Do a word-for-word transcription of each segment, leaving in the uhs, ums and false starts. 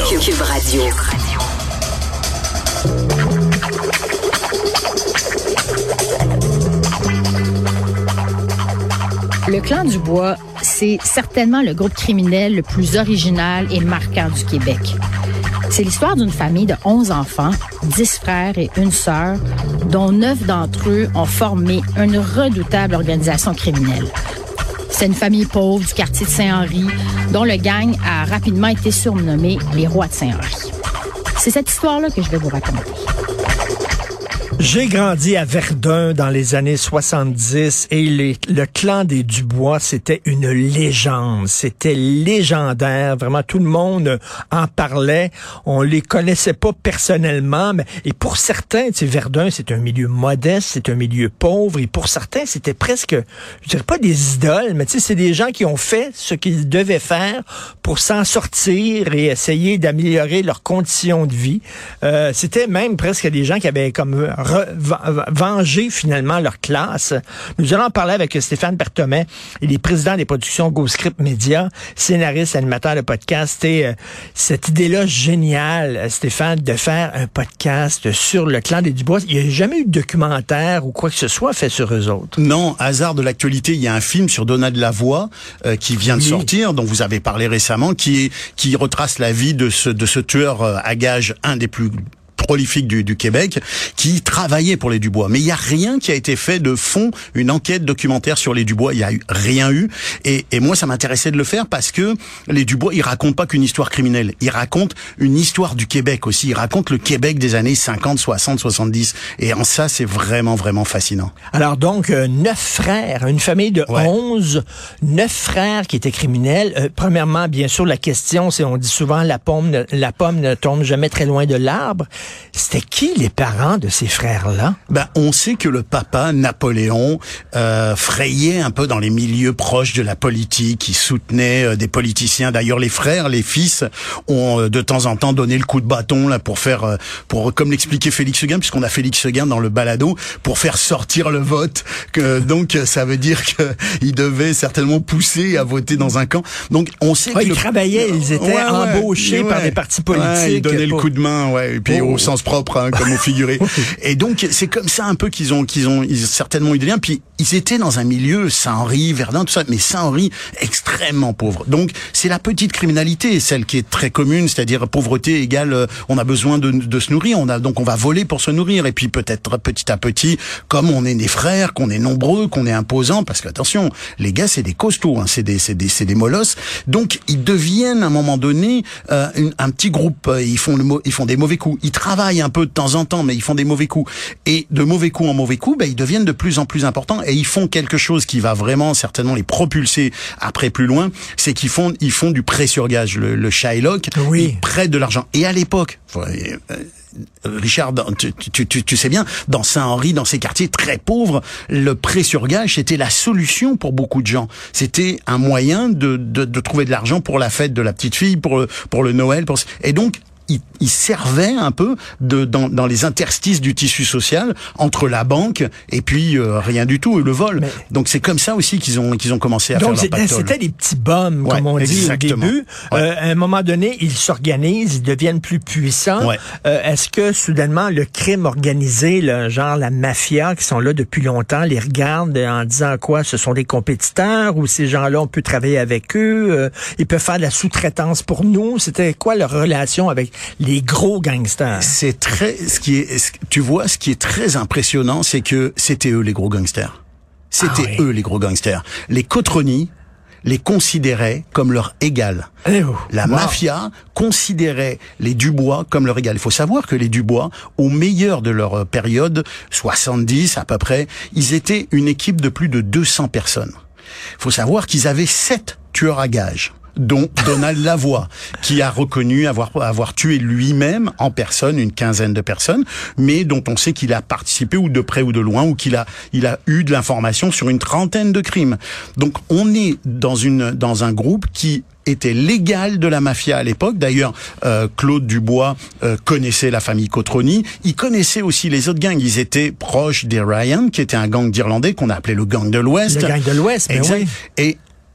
Cube Radio. Le clan Dubois, c'est certainement le groupe criminel le plus original et marquant du Québec. C'est l'histoire d'une famille de onze enfants, dix frères et une sœur, dont neuf d'entre eux ont formé une redoutable organisation criminelle. C'est une famille pauvre du quartier de Saint-Henri, dont le gang a rapidement été surnommé les rois de Saint-Henri. C'est cette histoire-là que je vais vous raconter. J'ai grandi à Verdun dans les années soixante-dix et les, le clan des Dubois, c'était une légende. C'était légendaire. Vraiment, tout le monde en parlait. On les connaissait pas personnellement, mais et pour certains, tu sais, Verdun, c'est un milieu modeste, c'est un milieu pauvre, et pour certains, c'était presque, je dirais pas des idoles, mais tu sais, c'est des gens qui ont fait ce qu'ils devaient faire pour s'en sortir et essayer d'améliorer leurs conditions de vie. Euh, c'était même presque des gens qui avaient comme venger finalement leur classe. Nous allons en parler avec Stéphane Berthomet. Il est président des productions GoScript Media, scénariste, animateur de podcast. Et euh, cette idée-là géniale, Stéphane, de faire un podcast sur le clan des Dubois. Il n'y a jamais eu de documentaire ou quoi que ce soit fait sur eux autres. Non, hasard de l'actualité, il y a un film sur Donald Lavoie euh, qui vient de oui. sortir, dont vous avez parlé récemment, qui est qui retrace la vie de ce de ce tueur euh, à gages, un des plus prolifique du, du Québec, qui travaillait pour les Dubois. Mais il y a rien qui a été fait de fond, une enquête documentaire sur les Dubois. Il y a eu, rien eu. Et, et moi, ça m'intéressait de le faire parce que les Dubois, ils racontent pas qu'une histoire criminelle. Ils racontent une histoire du Québec aussi. Ils racontent le Québec des années cinquante, soixante, soixante-dix. Et en ça, c'est vraiment, vraiment fascinant. Alors donc, euh, neuf frères, une famille de ouais. onze, neuf frères qui étaient criminels. Euh, premièrement, bien sûr, la question, c'est, on dit souvent, la pomme, ne, la pomme ne tombe jamais très loin de l'arbre. C'était qui les parents de ces frères-là? Ben, on sait que le papa, Napoléon, euh, frayait un peu dans les milieux proches de la politique. Il soutenait euh, des politiciens. D'ailleurs, les frères, les fils, ont euh, de temps en temps donné le coup de bâton là pour faire, euh, pour comme l'expliquait Félix Seguin, puisqu'on a Félix Seguin dans le balado, pour faire sortir le vote. Que, donc, ça veut dire que il devait certainement pousser à voter dans un camp. Donc, on sait ouais, que ils le... travaillaient, ils étaient ouais, ouais, embauchés ouais. par des partis politiques. Ouais, ils donnaient pour... le coup de main, ouais. Et puis oh. au sens propre, hein, comme au figuré. Et donc c'est comme ça un peu qu'ils ont qu'ils ont ils ont certainement eu des liens. Puis ils étaient dans un milieu Saint-Henri, Verdun, tout ça, mais Saint-Henri extrêmement pauvre. Donc c'est la petite criminalité, celle qui est très commune, c'est-à-dire pauvreté égale euh, on a besoin de, de se nourrir, on a donc on va voler pour se nourrir. Et puis peut-être petit à petit, comme on est des frères, qu'on est nombreux, qu'on est imposants, parce que attention, les gars c'est des costauds, hein, c'est des c'est des c'est des molosses. Donc ils deviennent à un moment donné euh, une, un petit groupe. Ils font le ils font des mauvais coups. Ils travaillent un peu de temps en temps, mais ils font des mauvais coups. Et de mauvais coups en mauvais coups, ben, ils deviennent de plus en plus importants et ils font quelque chose qui va vraiment certainement les propulser après plus loin, c'est qu'ils font, ils font du prêt sur gage, le, le Shylock, oui. Ils prêtent de l'argent. Et à l'époque, Richard, tu, tu, tu, tu sais bien, dans Saint-Henri, dans ces quartiers très pauvres, le prêt sur gage, c'était la solution pour beaucoup de gens. C'était un moyen de, de, de trouver de l'argent pour la fête de la petite fille, pour le, pour le Noël. Pour... Et donc, il, il servait un peu de dans, dans les interstices du tissu social entre la banque et puis euh, rien du tout, le vol. Mais donc c'est comme ça aussi qu'ils ont qu'ils ont commencé à donc faire leur pactole. C'était des petits bums, ouais, comme on exactement. dit au début. Ouais. Euh, à un moment donné, ils s'organisent, ils deviennent plus puissants. Ouais. Euh, est-ce que soudainement le crime organisé, là, genre la mafia qui sont là depuis longtemps, les regarde en disant quoi? Ce sont des compétiteurs ou ces gens-là on peut travailler avec eux? Euh, ils peuvent faire de la sous-traitance pour nous. C'était quoi leur relation avec les gros gangsters? C'est très, ce qui est, ce, tu vois, ce qui est très impressionnant, c'est que c'était eux les gros gangsters. C'était ah oui. eux les gros gangsters. Les Cotroni les considéraient comme leur égal. Eh oh, La wow. mafia considérait les Dubois comme leur égal. Il faut savoir que les Dubois, au meilleur de leur période, soixante-dix à peu près, ils étaient une équipe de plus de deux cents personnes. Il faut savoir qu'ils avaient sept tueurs à gages, dont Donald Lavoie, qui a reconnu avoir avoir tué lui-même en personne une quinzaine de personnes, mais dont on sait qu'il a participé ou de près ou de loin, ou qu'il a il a eu de l'information sur une trentaine de crimes. Donc on est dans une dans un groupe qui était l'égal de la mafia à l'époque. D'ailleurs, euh, Claude Dubois euh, connaissait la famille Cotroni. Il connaissait aussi les autres gangs. Ils étaient proches des Ryan, qui était un gang d'Irlandais qu'on a appelé le gang de l'Ouest. Le gang de l'Ouest, mais exact. Oui. Et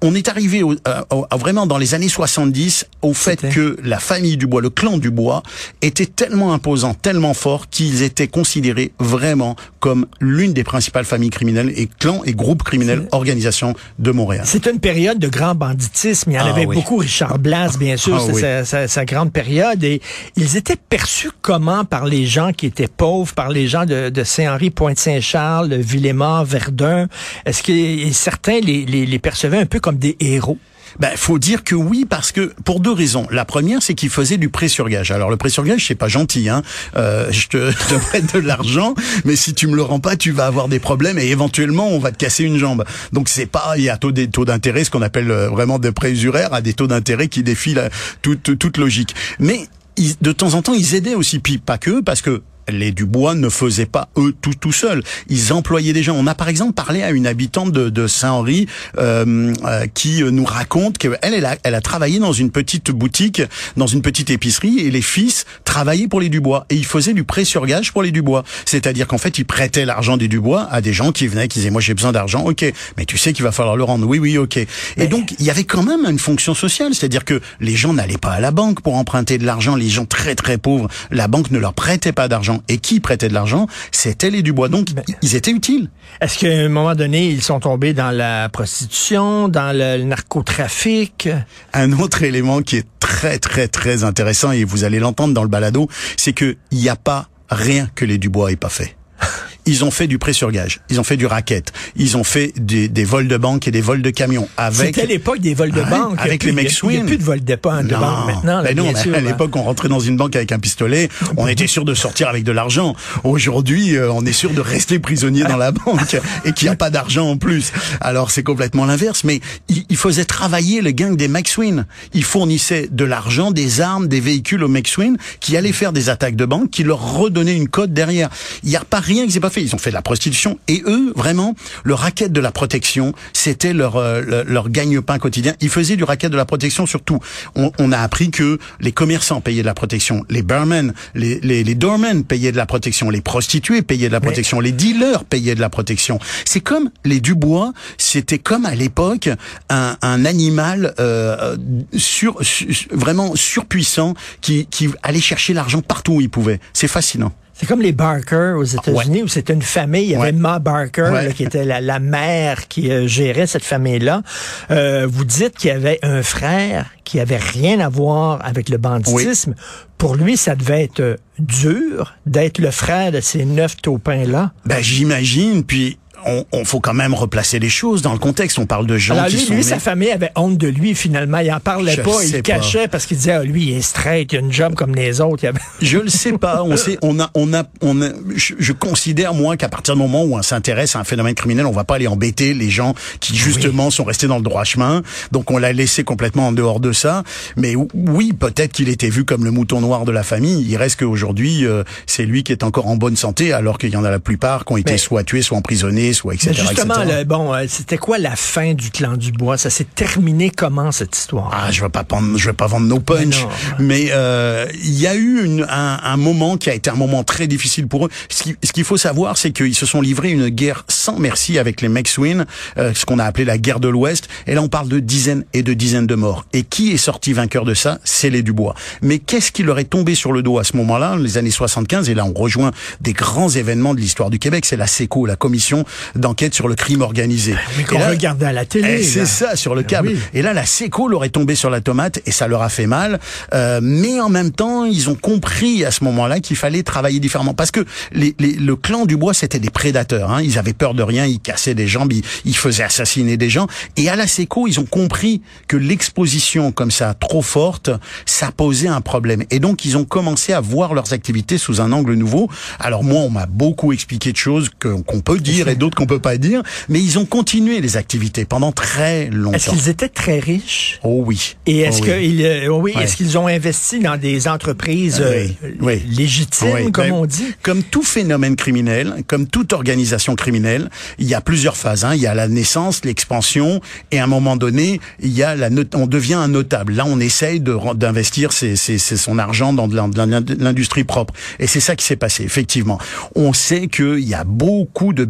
on est arrivé au, euh, au, vraiment dans les années soixante-dix au fait C'était... que la famille Dubois, le clan Dubois, était tellement imposant, tellement fort qu'ils étaient considérés vraiment comme l'une des principales familles criminelles et clans et groupes criminels, C'est... organisations de Montréal. C'est une période de grand banditisme. Il y en ah, avait oui. beaucoup. Richard Blas, bien sûr, ah, c'est oui. sa, sa, sa grande période. Et ils étaient perçus comment par les gens qui étaient pauvres, par les gens de, de Saint-Henri, Pointe-Saint-Charles, Villémort, Verdun? Est-ce que certains les, les, les percevaient un peu comme des héros? Ben, faut dire que oui, parce que pour deux raisons. La première, c'est qu'il faisait du prêt sur gage. Alors le prêt sur gage, c'est pas gentil, hein. Euh, je te, je te prête de l'argent, mais si tu me le rends pas, tu vas avoir des problèmes et éventuellement on va te casser une jambe. Donc c'est pas, il y a taux des taux d'intérêt, ce qu'on appelle vraiment des prêts usuraires, à des taux d'intérêt qui défient la, toute toute logique. Mais ils, de temps en temps, ils aidaient aussi, puis pas que, parce que les Dubois ne faisaient pas eux tout tout seuls. Ils employaient des gens. On a par exemple parlé à une habitante de, de Saint-Henri euh, euh, qui nous raconte qu'elle elle a, elle a travaillé dans une petite boutique, dans une petite épicerie, et les fils travaillaient pour les Dubois et ils faisaient du prêt sur gage pour les Dubois. C'est-à-dire qu'en fait ils prêtaient l'argent des Dubois à des gens qui venaient, qui disaient moi j'ai besoin d'argent, ok, mais tu sais qu'il va falloir le rendre. Oui oui ok. Et mais... donc il y avait quand même une fonction sociale, c'est-à-dire que les gens n'allaient pas à la banque pour emprunter de l'argent. Les gens très très pauvres, la banque ne leur prêtait pas d'argent. Et qui prêtait de l'argent? C'était les Dubois. Donc, ben, ils étaient utiles. Est-ce qu'à un moment donné, ils sont tombés dans la prostitution, dans le narcotrafic? Un autre élément qui est très, très, très intéressant, et vous allez l'entendre dans le balado, c'est que il n'y a pas rien que les Dubois aient pas fait. Ils ont fait du prêt sur gage, ils ont fait du racket, ils ont fait des, des vols de banque et des vols de camions. Avec C'était l'époque des vols de ouais, banque. Avec les McSween. Il n'y a plus de vols de, de banque maintenant. Là, non, bien sûr, à l'époque, on rentrait dans une banque avec un pistolet, on était sûr de sortir avec de l'argent. Aujourd'hui, euh, on est sûr de rester prisonnier dans la banque et qu'il n'y a pas d'argent en plus. Alors c'est complètement l'inverse. Mais il, il faisait travailler le gang des McSween. Ils fournissaient de l'argent, des armes, des véhicules aux McSween qui allaient faire des attaques de banque, qui leur redonnaient une cote derrière. Il n'y a pas rien qu'ils n'aient pas fait. Ils ont fait de la prostitution. Et eux, vraiment, le racket de la protection, c'était leur euh, leur, leur gagne-pain quotidien. Ils faisaient du racket de la protection surtout. On, on a appris que les commerçants payaient de la protection, les barmen, les, les, les doormen payaient de la protection, les prostituées payaient de la protection, Mais... les dealers payaient de la protection. C'est comme les Dubois, c'était comme à l'époque un, un animal euh, sur, sur vraiment surpuissant qui, qui allait chercher l'argent partout où il pouvait. C'est fascinant. C'est comme les Barker aux États-Unis, ouais. où c'était une famille. Il y avait ouais. Ma Barker, ouais. là, qui était la, la mère qui euh, gérait cette famille-là. Euh, vous dites qu'il y avait un frère qui avait rien à voir avec le banditisme. Oui. Pour lui, ça devait être euh, dur d'être le frère de ces neuf taupins-là. Ben, j'imagine, puis... On, on faut quand même replacer les choses dans le contexte. On parle de gens Alors, qui lui, sont... lui, sa famille avait honte de lui, finalement. Il en parlait je pas, il le cachait pas. Parce qu'il disait, ah, lui, il est straight, il a une job comme les autres. Il avait... Je le sais pas. On sait, on a, on a, on a, je, je considère, moi, qu'à partir du moment où on s'intéresse à un phénomène criminel, on va pas aller embêter les gens qui, justement, oui. sont restés dans le droit chemin. Donc, on l'a laissé complètement en dehors de ça. Mais oui, peut-être qu'il était vu comme le mouton noir de la famille. Il reste qu'aujourd'hui, euh, c'est lui qui est encore en bonne santé, alors qu'il y en a la plupart qui ont été mais... soit tués, soit emprisonnés, soit et cetera. Le, bon, euh, c'était quoi la fin du clan Dubois? Ça s'est terminé comment, cette histoire? Ah, je veux pas prendre, je veux pas vendre nos punch, mais euh, il y a eu une, un, un moment qui a été un moment très difficile pour eux. Ce, qui, ce qu'il faut savoir, c'est qu'ils se sont livrés une guerre sans merci avec les McSween, euh, ce qu'on a appelé la guerre de l'Ouest. Et là, on parle de dizaines et de dizaines de morts. Et qui est sorti vainqueur de ça? C'est les Dubois. Mais qu'est-ce qui leur est tombé sur le dos à ce moment-là, les années soixante-quinze? Et là, on rejoint des grands événements de l'histoire du Québec. C'est la SECO, la commission d'enquête sur le crime organisé. Mais qu'on regardait à la télé. Eh, c'est ça, sur le câble. Oui. Et là, la SECO leur est tombée sur la tomate et ça leur a fait mal. Euh, mais en même temps, ils ont compris à ce moment-là qu'il fallait travailler différemment. Parce que les, les, le clan Dubois, c'était des prédateurs. Hein. Ils avaient peur de rien, ils cassaient des jambes, ils, ils faisaient assassiner des gens. Et à la SECO, ils ont compris que l'exposition comme ça, trop forte, ça posait un problème. Et donc, ils ont commencé à voir leurs activités sous un angle nouveau. Alors moi, on m'a beaucoup expliqué de choses que, qu'on peut dire et d'autres qu'on peut pas dire. Mais ils ont continué les activités pendant très longtemps. Est-ce qu'ils étaient très riches? Oh oui. Et est-ce oh qu'ils, euh, oui, ouais. est-ce qu'ils ont investi dans des entreprises euh, oui. Oui. légitimes, oui. comme ben, on dit? Comme tout phénomène criminel, comme toute organisation criminelle, il y a plusieurs phases. Hein. Il y a la naissance, l'expansion, et à un moment donné, il y a la not- on devient un notable. Là, on essaye de, d'investir ses, ses, ses, son argent dans de l'industrie propre. Et c'est ça qui s'est passé, effectivement. On sait qu'il y a beaucoup de biens financiers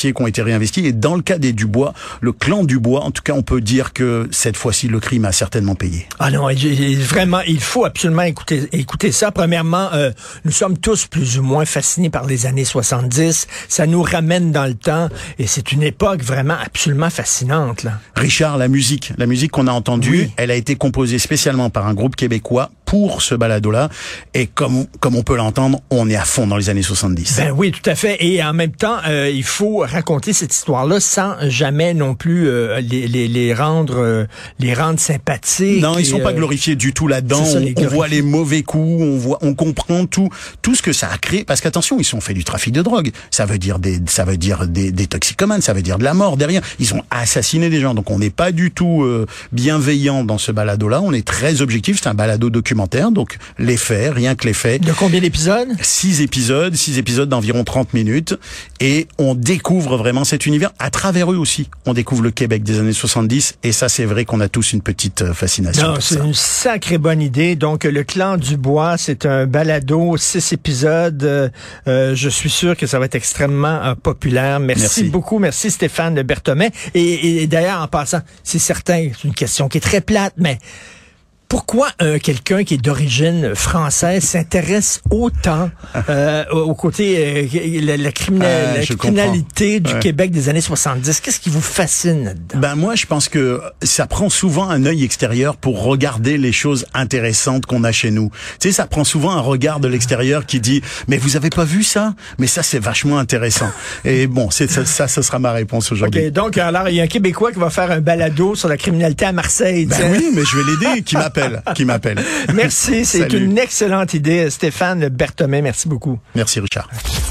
financiers qui ont été réinvestis. Et dans le cas des Dubois, le clan Dubois, en tout cas, on peut dire que cette fois-ci, le crime a certainement payé. Ah non, vraiment, il faut absolument écouter, écouter ça. Premièrement, euh, nous sommes tous plus ou moins fascinés par les années soixante-dix. Ça nous ramène dans le temps et c'est une époque vraiment absolument fascinante, là. Richard, la musique, la musique qu'on a entendue, oui. Elle a été composée spécialement par un groupe québécois pour ce balado-là. Et comme, comme on peut l'entendre, on est à fond dans les années soixante-dix. Ben oui, tout à fait. Et en même temps, euh, il faut raconter cette histoire-là sans jamais non plus euh, les, les, les rendre euh, les rendre sympathiques. Non, ils sont et, pas glorifiés du tout là-dedans. Ça, on, on voit les mauvais coups, on voit, on comprend tout, tout ce que ça a créé. Parce qu'attention, ils ont fait du trafic de drogue. Ça veut dire des, ça veut dire des, des toxicomanes, ça veut dire de la mort derrière. Ils ont assassiné des gens. Donc on n'est pas du tout euh, bienveillant dans ce balado-là. On est très objectif. C'est un balado documentaire. Donc les faits, rien que les faits. De combien d'épisodes? Six épisodes, six épisodes d'environ trente minutes. Et on découvre vraiment cet univers. À travers eux aussi, on découvre le Québec des années soixante-dix. Et ça, c'est vrai qu'on a tous une petite fascination. Non, c'est une sacrée bonne idée. Donc, le clan Dubois, c'est un balado, six épisodes. Euh, je suis sûr que ça va être extrêmement euh, populaire. Merci, merci beaucoup. Merci Stéphane Berthomet. Et, et d'ailleurs, en passant, c'est certain, c'est une question qui est très plate, mais pourquoi euh, quelqu'un qui est d'origine française s'intéresse autant euh, au côté euh, la, la, criminal, euh, la criminalité du ouais. Québec des années soixante-dix? Qu'est-ce qui vous fascine là-dedans? Ben moi, je pense que ça prend souvent un œil extérieur pour regarder les choses intéressantes qu'on a chez nous. Tu sais, ça prend souvent un regard de l'extérieur qui dit « Mais vous avez pas vu ça? Mais ça, c'est vachement intéressant. » Et bon, c'est ça, ça, ce sera ma réponse aujourd'hui. Okay, donc, alors, il y a un Québécois qui va faire un balado sur la criminalité à Marseille. Ben oui, mais je vais l'aider, qui m'appelle. qui m'appelle. Merci, c'est une excellente idée. Stéphane Berthomet, merci beaucoup. Merci Richard.